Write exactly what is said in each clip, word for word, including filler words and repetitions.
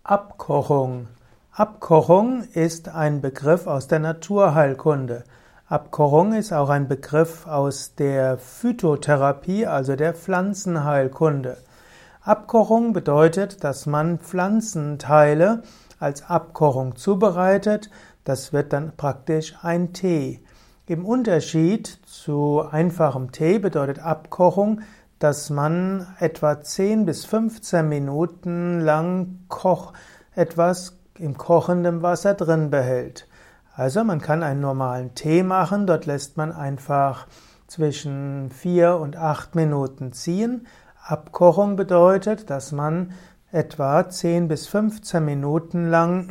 Abkochung. Abkochung ist ein Begriff aus der Naturheilkunde. Abkochung ist auch ein Begriff aus der Phytotherapie, also der Pflanzenheilkunde. Abkochung bedeutet, dass man Pflanzenteile als Abkochung zubereitet. Das wird dann praktisch ein Tee. Im Unterschied zu einfachem Tee bedeutet Abkochung, dass man etwa zehn bis fünfzehn Minuten lang Koch etwas im kochendem Wasser drin behält. Also man kann einen normalen Tee machen, dort lässt man einfach zwischen vier und acht Minuten ziehen. Abkochung bedeutet, dass man etwa zehn bis fünfzehn Minuten lang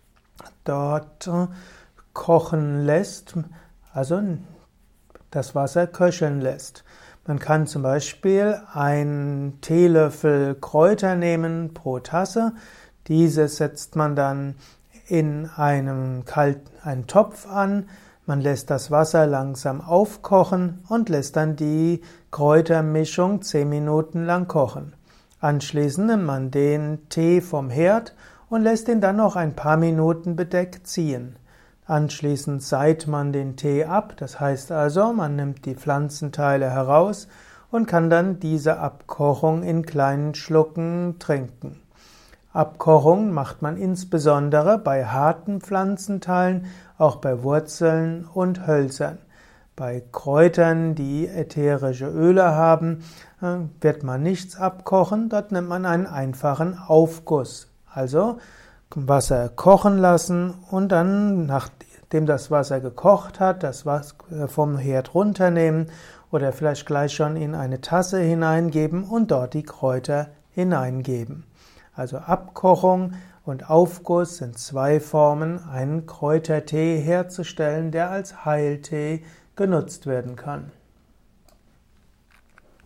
dort kochen lässt, also das Wasser köcheln lässt. Man kann zum Beispiel einen Teelöffel Kräuter nehmen pro Tasse. Diese setzt man dann in einem kalten einen Topf an. Man lässt das Wasser langsam aufkochen und lässt dann die Kräutermischung zehn Minuten lang kochen. Anschließend nimmt man den Tee vom Herd und lässt ihn dann noch ein paar Minuten bedeckt ziehen. Anschließend seiht man den Tee ab, das heißt also, man nimmt die Pflanzenteile heraus und kann dann diese Abkochung in kleinen Schlucken trinken. Abkochung macht man insbesondere bei harten Pflanzenteilen, auch bei Wurzeln und Hölzern. Bei Kräutern, die ätherische Öle haben, wird man nichts abkochen, dort nimmt man einen einfachen Aufguss. Also Wasser kochen lassen und dann, nachdem das Wasser gekocht hat, das Wasser vom Herd runternehmen oder vielleicht gleich schon in eine Tasse hineingeben und dort die Kräuter hineingeben. Also Abkochung und Aufguss sind zwei Formen, einen Kräutertee herzustellen, der als Heiltee genutzt werden kann.